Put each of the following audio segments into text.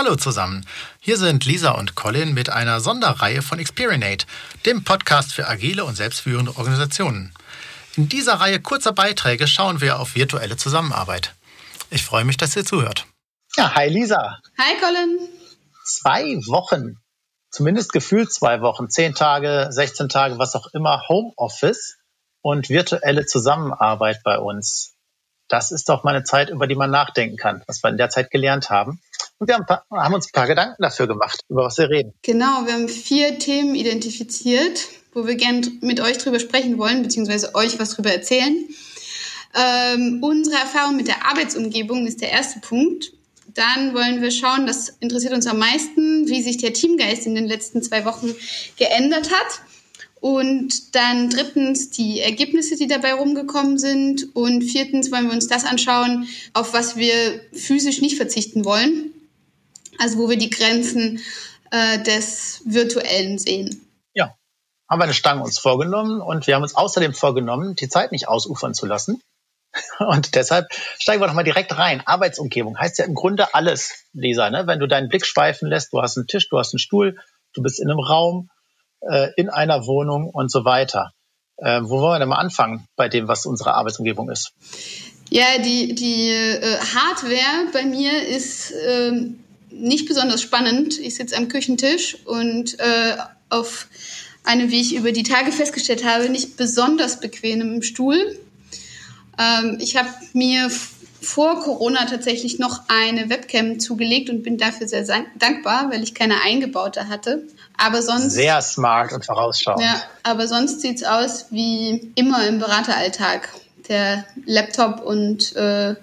Hallo zusammen, hier sind Lisa und Colin mit einer Sonderreihe von Experinate, dem Podcast für agile und selbstführende Organisationen. In dieser Reihe kurzer Beiträge schauen wir auf virtuelle Zusammenarbeit. Ich freue mich, dass ihr zuhört. Ja, hi Lisa. Hi Colin. 2 Wochen, zumindest gefühlt 2 Wochen, 10 Tage, 16 Tage, was auch immer, Homeoffice und virtuelle Zusammenarbeit bei uns. Das ist doch mal eine Zeit, über die man nachdenken kann, was wir in der Zeit gelernt haben. Und wir haben uns ein paar Gedanken dafür gemacht, über was wir reden. Genau, wir haben 4 Themen identifiziert, wo wir gerne mit euch drüber sprechen wollen, beziehungsweise euch was drüber erzählen. Unsere Erfahrung mit der Arbeitsumgebung ist der erste Punkt. Dann wollen wir schauen, das interessiert uns am meisten, wie sich der Teamgeist in den letzten 2 Wochen geändert hat. Und dann 3. die Ergebnisse, die dabei rumgekommen sind. Und 4. wollen wir uns das anschauen, auf was wir physisch nicht verzichten wollen. Also wo wir die Grenzen des Virtuellen sehen. Ja, haben wir eine Stange uns vorgenommen und wir haben uns außerdem vorgenommen, die Zeit nicht ausufern zu lassen. Und deshalb steigen wir doch mal direkt rein. Arbeitsumgebung heißt ja im Grunde alles, Lisa, ne? Wenn du deinen Blick schweifen lässt, du hast einen Tisch, du hast einen Stuhl, du bist in einem Raum, in einer Wohnung und so weiter. Wo wollen wir denn mal anfangen bei dem, was unsere Arbeitsumgebung ist? Ja, die Hardware bei mir ist nicht besonders spannend. Ich sitze am Küchentisch und auf einem, wie ich über die Tage festgestellt habe, nicht besonders bequemem Stuhl. Ich habe mir vor Corona tatsächlich noch eine Webcam zugelegt und bin dafür sehr dankbar, weil ich keine eingebaute hatte. Aber sonst sehr smart und vorausschauend. Ja, aber sonst sieht's aus wie immer im Berateralltag. Der Laptop und der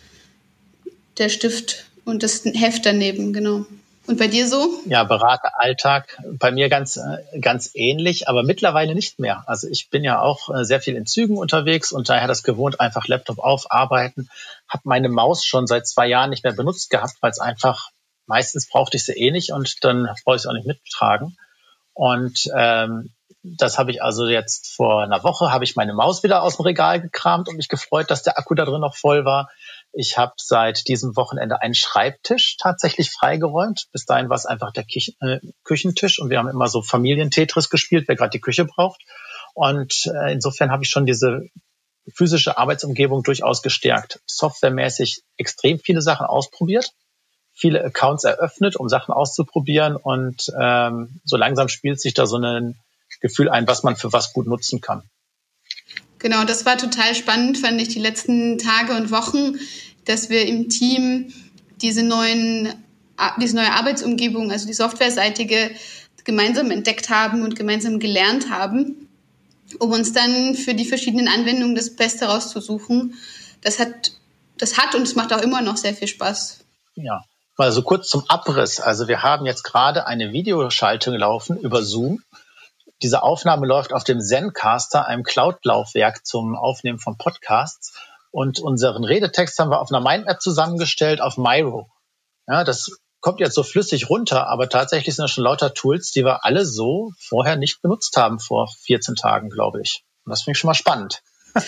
Stift und das Heft daneben, genau. Und bei dir so? Ja, Berateralltag, bei mir ganz ähnlich, aber mittlerweile nicht mehr. Also ich bin ja auch sehr viel in Zügen unterwegs und daher das gewohnt, einfach Laptop aufarbeiten. Habe meine Maus schon seit 2 Jahren nicht mehr benutzt gehabt, weil es einfach, meistens brauchte ich sie eh nicht und dann brauche ich sie auch nicht mittragen. Und das habe ich also jetzt vor einer Woche, habe ich meine Maus wieder aus dem Regal gekramt und mich gefreut, dass der Akku da drin noch voll war. Ich habe seit diesem Wochenende einen Schreibtisch tatsächlich freigeräumt. Bis dahin war es einfach der Küchentisch und wir haben immer so Familien-Tetris gespielt, wer gerade die Küche braucht. Und insofern habe ich schon diese physische Arbeitsumgebung durchaus gestärkt. Softwaremäßig extrem viele Sachen ausprobiert, viele Accounts eröffnet, um Sachen auszuprobieren und so langsam spielt sich da so ein Gefühl ein, was man für was gut nutzen kann. Genau, das war total spannend, fand ich, die letzten Tage und Wochen, dass wir im Team diese neue Arbeitsumgebung, also die softwareseitige, gemeinsam entdeckt haben und gemeinsam gelernt haben, um uns dann für die verschiedenen Anwendungen das Beste rauszusuchen. Das hat und es macht auch immer noch sehr viel Spaß. Ja, mal so kurz zum Abriss. Also wir haben jetzt gerade eine Videoschaltung laufen über Zoom. Diese Aufnahme läuft auf dem Zencastr, einem Cloud-Laufwerk zum Aufnehmen von Podcasts. Und unseren Redetext haben wir auf einer Mindmap zusammengestellt auf Miro. Ja, das kommt jetzt so flüssig runter, aber tatsächlich sind das schon lauter Tools, die wir alle so vorher nicht benutzt haben, vor 14 Tagen, glaube ich. Und das finde ich schon mal spannend.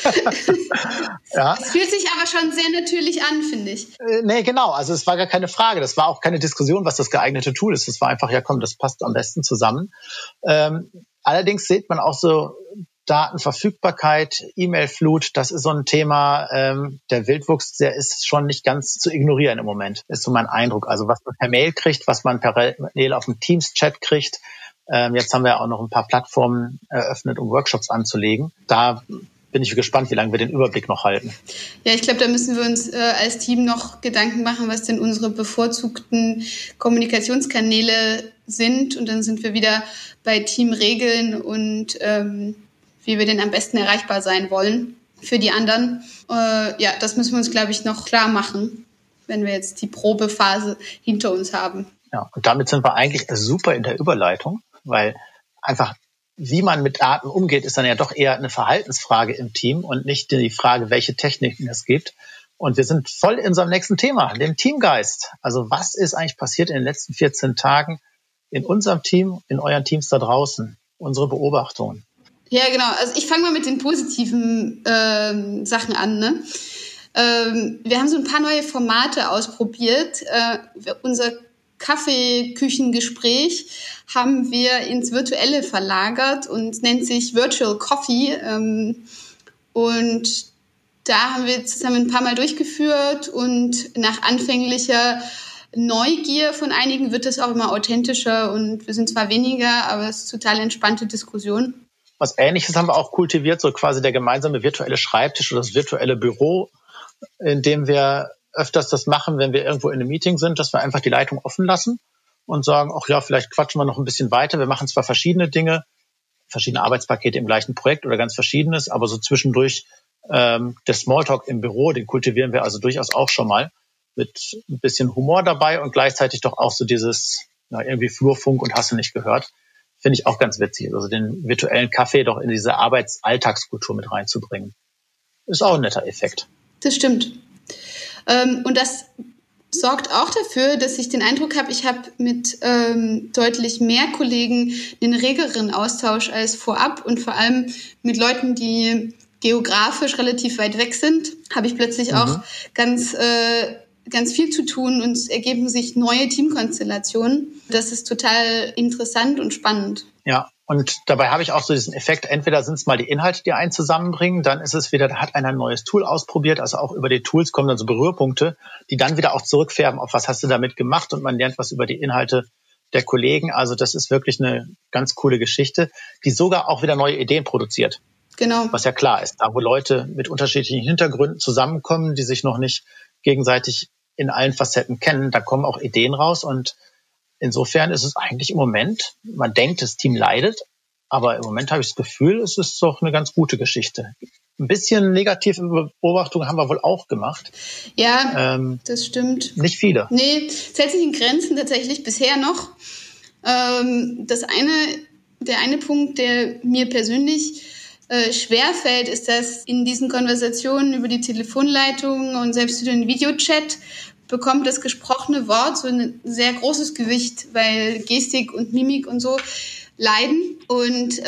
Ja. Es fühlt sich aber schon sehr natürlich an, finde ich. Nee, genau. Also es war gar keine Frage. Das war auch keine Diskussion, was das geeignete Tool ist. Das war einfach, ja komm, das passt am besten zusammen. Allerdings sieht man auch so Datenverfügbarkeit, E-Mail-Flut, das ist so ein Thema, der Wildwuchs, der ist schon nicht ganz zu ignorieren im Moment, ist so mein Eindruck. Also was man per Mail kriegt, was man parallel auf dem Teams-Chat kriegt. Jetzt haben wir auch noch ein paar Plattformen eröffnet, um Workshops anzulegen. Da bin ich gespannt, wie lange wir den Überblick noch halten. Ja, ich glaube, da müssen wir uns als Team noch Gedanken machen, was denn unsere bevorzugten Kommunikationskanäle sind. Und dann sind wir wieder bei Teamregeln und wie wir denn am besten erreichbar sein wollen für die anderen. Ja, das müssen wir uns, glaube ich, noch klar machen, wenn wir jetzt die Probephase hinter uns haben. Ja, und damit sind wir eigentlich super in der Überleitung, weil einfach wie man mit Daten umgeht, ist dann ja doch eher eine Verhaltensfrage im Team und nicht die Frage, welche Techniken es gibt. Und wir sind voll in unserem nächsten Thema, dem Teamgeist. Also was ist eigentlich passiert in den letzten 14 Tagen in unserem Team, in euren Teams da draußen? Unsere Beobachtungen. Ja, genau. Also ich fange mal mit den positiven Sachen an. Ne? Wir haben so ein paar neue Formate ausprobiert. Unser Kaffeeküchengespräch haben wir ins Virtuelle verlagert und nennt sich Virtual Coffee. Und da haben wir zusammen ein paar Mal durchgeführt und nach anfänglicher Neugier von einigen wird es auch immer authentischer und wir sind zwar weniger, aber es ist total entspannte Diskussion. Was Ähnliches haben wir auch kultiviert, so quasi der gemeinsame virtuelle Schreibtisch oder das virtuelle Büro, in dem wir öfters das machen, wenn wir irgendwo in einem Meeting sind, dass wir einfach die Leitung offen lassen und sagen, ach ja, vielleicht quatschen wir noch ein bisschen weiter. Wir machen zwar verschiedene Dinge, verschiedene Arbeitspakete im gleichen Projekt oder ganz Verschiedenes, aber so zwischendurch der Smalltalk im Büro, den kultivieren wir also durchaus auch schon mal mit ein bisschen Humor dabei und gleichzeitig doch auch so dieses irgendwie Flurfunk und hast du nicht gehört. Finde ich auch ganz witzig, also den virtuellen Kaffee doch in diese Alltagskultur mit reinzubringen. Ist auch ein netter Effekt. Das stimmt. Und das sorgt auch dafür, dass ich den Eindruck habe, ich habe mit deutlich mehr Kollegen einen regeren Austausch als vorab und vor allem mit Leuten, die geografisch relativ weit weg sind, habe ich plötzlich auch ganz viel zu tun und es ergeben sich neue Teamkonstellationen. Das ist total interessant und spannend. Ja, und dabei habe ich auch so diesen Effekt, entweder sind es mal die Inhalte, die einen zusammenbringen, dann ist es wieder, da hat einer ein neues Tool ausprobiert, also auch über die Tools kommen dann so Berührpunkte, die dann wieder auch zurückfärben, auf was hast du damit gemacht und man lernt was über die Inhalte der Kollegen. Also das ist wirklich eine ganz coole Geschichte, die sogar auch wieder neue Ideen produziert. Genau. Was ja klar ist, da wo Leute mit unterschiedlichen Hintergründen zusammenkommen, die sich noch nicht gegenseitig in allen Facetten kennen, da kommen auch Ideen raus und insofern ist es eigentlich im Moment, man denkt, das Team leidet, aber im Moment habe ich das Gefühl, es ist doch eine ganz gute Geschichte. Ein bisschen negative Beobachtungen haben wir wohl auch gemacht. Ja, das stimmt. Nicht viele. Nee, es hält sich in Grenzen tatsächlich bisher noch. Der eine Punkt, der mir persönlich schwerfällt, ist, dass in diesen Konversationen über die Telefonleitung und selbst über den Videochat bekommt das gesprochene Wort so ein sehr großes Gewicht, weil Gestik und Mimik und so leiden. Und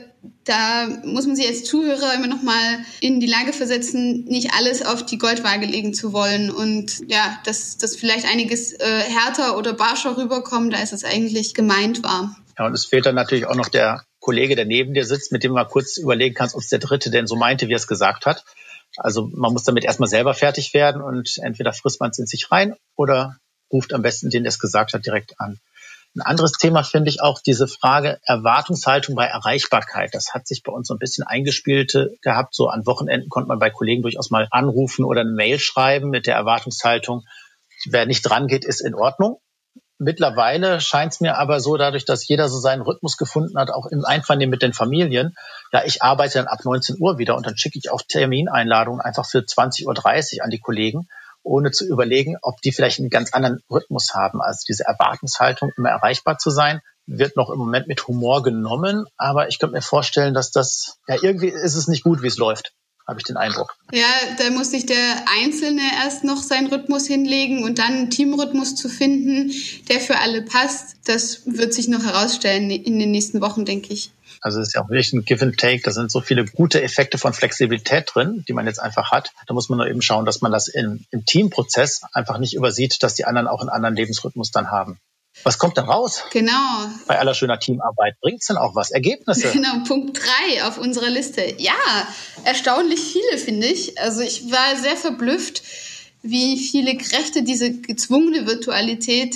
da muss man sich als Zuhörer immer noch mal in die Lage versetzen, nicht alles auf die Goldwaage legen zu wollen. Und ja, dass vielleicht einiges härter oder barscher rüberkommt, als es eigentlich gemeint war. Ja, und es fehlt dann natürlich auch noch der Kollege, der neben dir sitzt, mit dem du mal kurz überlegen kannst, ob es der Dritte denn so meinte, wie er es gesagt hat. Also man muss damit erstmal selber fertig werden und entweder frisst man es in sich rein oder ruft am besten den, der es gesagt hat, direkt an. Ein anderes Thema finde ich auch diese Frage Erwartungshaltung bei Erreichbarkeit. Das hat sich bei uns so ein bisschen eingespielt gehabt. So an Wochenenden konnte man bei Kollegen durchaus mal anrufen oder eine Mail schreiben mit der Erwartungshaltung, wer nicht dran geht, ist in Ordnung. Mittlerweile scheint es mir aber so, dadurch, dass jeder so seinen Rhythmus gefunden hat, auch im Einvernehmen mit den Familien, ja, ich arbeite dann ab 19 Uhr wieder und dann schicke ich auch Termineinladungen einfach für 20.30 Uhr an die Kollegen, ohne zu überlegen, ob die vielleicht einen ganz anderen Rhythmus haben. Also diese Erwartungshaltung, immer erreichbar zu sein, wird noch im Moment mit Humor genommen, aber ich könnte mir vorstellen, dass das, ja, irgendwie ist es nicht gut, wie es läuft. Habe ich den Eindruck. Ja, da muss sich der Einzelne erst noch seinen Rhythmus hinlegen und dann einen Teamrhythmus zu finden, der für alle passt. Das wird sich noch herausstellen in den nächsten Wochen, denke ich. Also es ist ja auch wirklich ein Give and Take. Da sind so viele gute Effekte von Flexibilität drin, die man jetzt einfach hat. Da muss man nur eben schauen, dass man das im Teamprozess einfach nicht übersieht, dass die anderen auch einen anderen Lebensrhythmus dann haben. Was kommt denn raus? Genau. Bei aller schöner Teamarbeit bringt's denn auch was? Ergebnisse? Genau, Punkt 3 auf unserer Liste. Ja, erstaunlich viele, finde ich. Also ich war sehr verblüfft, wie viele Kräfte diese gezwungene Virtualität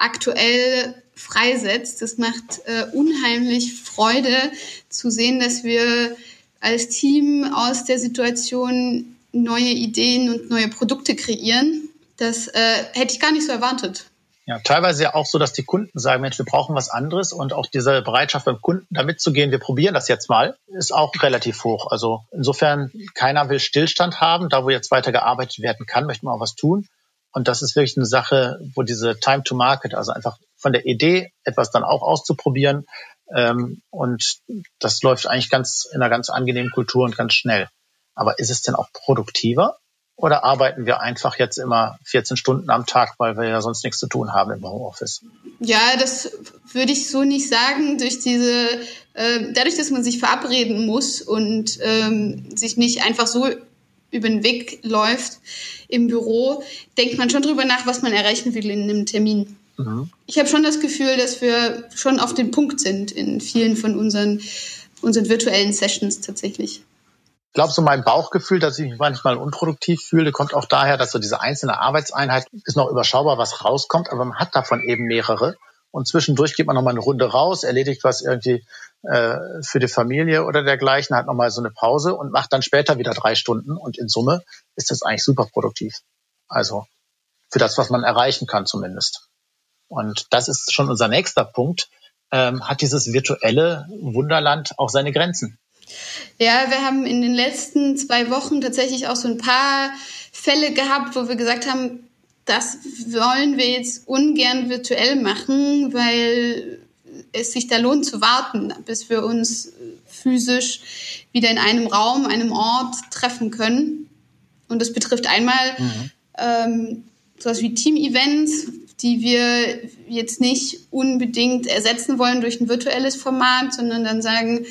aktuell freisetzt. Das macht unheimlich Freude zu sehen, dass wir als Team aus der Situation neue Ideen und neue Produkte kreieren. Das hätte ich gar nicht so erwartet. Ja, teilweise ja auch so, dass die Kunden sagen, Mensch, wir brauchen was anderes und auch diese Bereitschaft beim Kunden, da mitzugehen, wir probieren das jetzt mal, ist auch relativ hoch. Also insofern, keiner will Stillstand haben. Da, wo jetzt weiter gearbeitet werden kann, möchte man auch was tun. Und das ist wirklich eine Sache, wo diese Time to Market, also einfach von der Idee, etwas dann auch auszuprobieren, und das läuft eigentlich in einer ganz angenehmen Kultur und ganz schnell. Aber ist es denn auch produktiver? Oder arbeiten wir einfach jetzt immer 14 Stunden am Tag, weil wir ja sonst nichts zu tun haben im Homeoffice? Ja, das würde ich so nicht sagen. Dadurch, dass man sich verabreden muss und sich nicht einfach so über den Weg läuft im Büro, denkt man schon drüber nach, was man erreichen will in einem Termin. Ich habe schon das Gefühl, dass wir schon auf den Punkt sind in vielen von unseren virtuellen Sessions tatsächlich. Ich glaube, so mein Bauchgefühl, dass ich mich manchmal unproduktiv fühle, kommt auch daher, dass so diese einzelne Arbeitseinheit ist noch überschaubar, was rauskommt, aber man hat davon eben mehrere. Und zwischendurch geht man nochmal eine Runde raus, erledigt was irgendwie für die Familie oder dergleichen, hat nochmal so eine Pause und macht dann später wieder 3 Stunden. Und in Summe ist das eigentlich super produktiv. Also für das, was man erreichen kann zumindest. Und das ist schon unser nächster Punkt. Hat dieses virtuelle Wunderland auch seine Grenzen? Ja, wir haben in den letzten 2 Wochen tatsächlich auch so ein paar Fälle gehabt, wo wir gesagt haben, das wollen wir jetzt ungern virtuell machen, weil es sich da lohnt zu warten, bis wir uns physisch wieder in einem Raum, einem Ort treffen können. Und das betrifft einmal sowas wie Team-Events, die wir jetzt nicht unbedingt ersetzen wollen durch ein virtuelles Format, sondern dann sagen,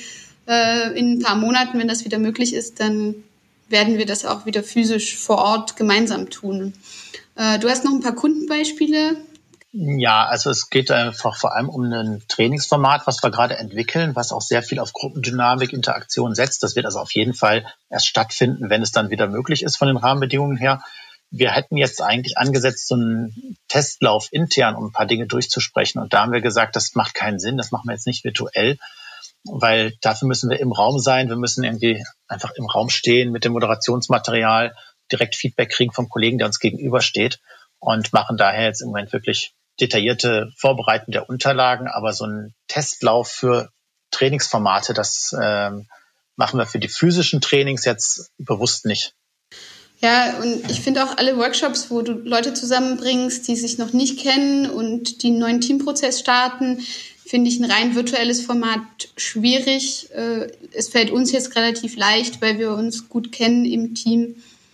in ein paar Monaten, wenn das wieder möglich ist, dann werden wir das auch wieder physisch vor Ort gemeinsam tun. Du hast noch ein paar Kundenbeispiele? Ja, also es geht einfach vor allem um ein Trainingsformat, was wir gerade entwickeln, was auch sehr viel auf Gruppendynamik, Interaktion setzt. Das wird also auf jeden Fall erst stattfinden, wenn es dann wieder möglich ist von den Rahmenbedingungen her. Wir hätten jetzt eigentlich angesetzt, so einen Testlauf intern, um ein paar Dinge durchzusprechen. Und da haben wir gesagt, das macht keinen Sinn, das machen wir jetzt nicht virtuell, weil dafür müssen wir im Raum sein. Wir müssen irgendwie einfach im Raum stehen mit dem Moderationsmaterial, direkt Feedback kriegen vom Kollegen, der uns gegenübersteht und machen daher jetzt im Moment wirklich detaillierte Vorbereitung der Unterlagen. Aber so einen Testlauf für Trainingsformate, das machen wir für die physischen Trainings jetzt bewusst nicht. Ja, und ich finde auch alle Workshops, wo du Leute zusammenbringst, die sich noch nicht kennen und die einen neuen Teamprozess starten, finde ich ein rein virtuelles Format schwierig. Es fällt uns jetzt relativ leicht, weil wir uns gut kennen im Team.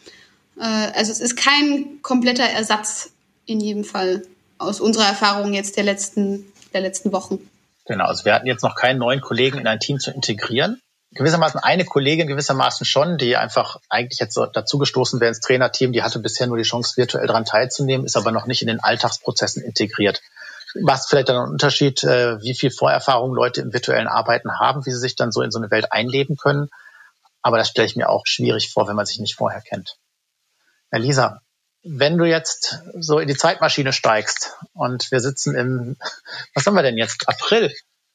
Also es ist kein kompletter Ersatz in jedem Fall aus unserer Erfahrung jetzt der letzten Wochen. Genau, also wir hatten jetzt noch keinen neuen Kollegen in ein Team zu integrieren. Gewissermaßen eine Kollegin gewissermaßen schon, die einfach eigentlich jetzt so dazugestoßen wäre ins Trainerteam, die hatte bisher nur die Chance, virtuell daran teilzunehmen, ist aber noch nicht in den Alltagsprozessen integriert. Macht vielleicht dann einen Unterschied, wie viel Vorerfahrung Leute im virtuellen Arbeiten haben, wie sie sich dann so in so eine Welt einleben können. Aber das stelle ich mir auch schwierig vor, wenn man sich nicht vorher kennt. Ja, Lisa, wenn du jetzt so in die Zeitmaschine steigst und wir sitzen was haben wir denn jetzt? April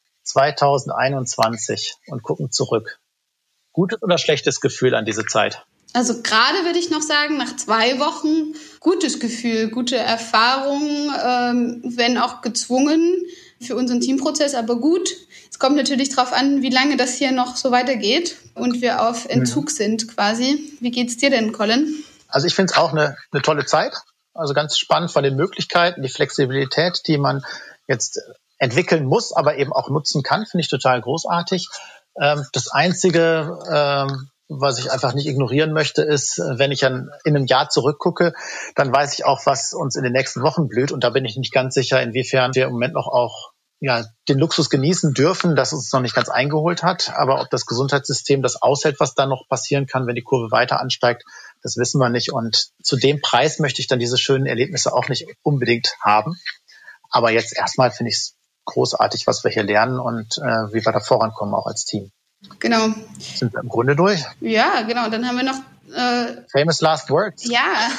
2021 und gucken zurück. Gutes oder schlechtes Gefühl an diese Zeit? Also gerade würde ich noch sagen, nach 2 Wochen gutes Gefühl, gute Erfahrung, wenn auch gezwungen für unseren Teamprozess, aber gut. Es kommt natürlich darauf an, wie lange das hier noch so weitergeht und wir auf Entzug sind quasi. Wie geht's dir denn, Colin? Also ich finde es auch eine tolle Zeit. Also ganz spannend von den Möglichkeiten, die Flexibilität, die man jetzt entwickeln muss, aber eben auch nutzen kann, finde ich total großartig. Das Einzige, was ich einfach nicht ignorieren möchte, ist, wenn ich in einem Jahr zurückgucke, dann weiß ich auch, was uns in den nächsten Wochen blüht. Und da bin ich nicht ganz sicher, inwiefern wir im Moment noch auch den Luxus genießen dürfen, dass es uns noch nicht ganz eingeholt hat. Aber ob das Gesundheitssystem das aushält, was da noch passieren kann, wenn die Kurve weiter ansteigt, das wissen wir nicht. Und zu dem Preis möchte ich dann diese schönen Erlebnisse auch nicht unbedingt haben. Aber jetzt erstmal finde ich es großartig, was wir hier lernen und wie wir da vorankommen, auch als Team. Genau. Sind wir im Grunde durch? Ja, genau. Dann haben wir noch Famous Last Words. Ja.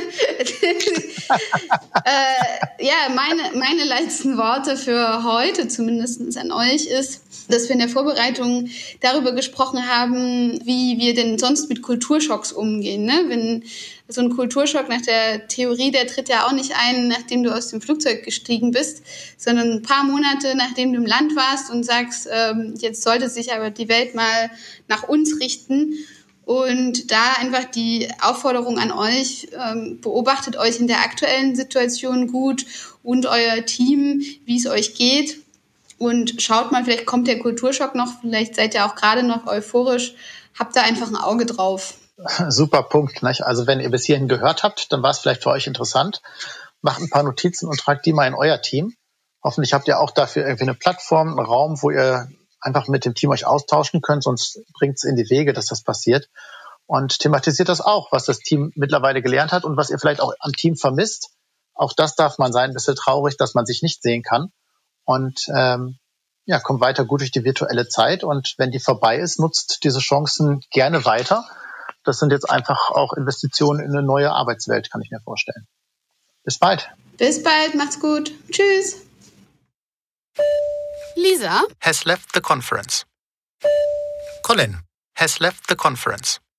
Meine letzten Worte für heute zumindest an euch ist, dass wir in der Vorbereitung darüber gesprochen haben, wie wir denn sonst mit Kulturschocks umgehen. Ne? Wenn so ein Kulturschock nach der Theorie, der tritt ja auch nicht ein, nachdem du aus dem Flugzeug gestiegen bist, sondern ein paar Monate, nachdem du im Land warst und sagst, jetzt sollte sich aber die Welt mal nach uns richten. Und da einfach die Aufforderung an euch, beobachtet euch in der aktuellen Situation gut und euer Team, wie es euch geht. Und schaut mal, vielleicht kommt der Kulturschock noch, vielleicht seid ihr auch gerade noch euphorisch. Habt da einfach ein Auge drauf. Super Punkt. Nicht? Also wenn ihr bis hierhin gehört habt, dann war es vielleicht für euch interessant. Macht ein paar Notizen und tragt die mal in euer Team. Hoffentlich habt ihr auch dafür irgendwie eine Plattform, einen Raum, wo ihr einfach mit dem Team euch austauschen könnt, sonst bringt es in die Wege, dass das passiert. Und thematisiert das auch, was das Team mittlerweile gelernt hat und was ihr vielleicht auch am Team vermisst. Auch das darf man sein, ein bisschen traurig, dass man sich nicht sehen kann. Und kommt weiter gut durch die virtuelle Zeit. Und wenn die vorbei ist, nutzt diese Chancen gerne weiter. Das sind jetzt einfach auch Investitionen in eine neue Arbeitswelt, kann ich mir vorstellen. Bis bald. Bis bald, macht's gut. Tschüss. Lisa has left the conference. Colin has left the conference.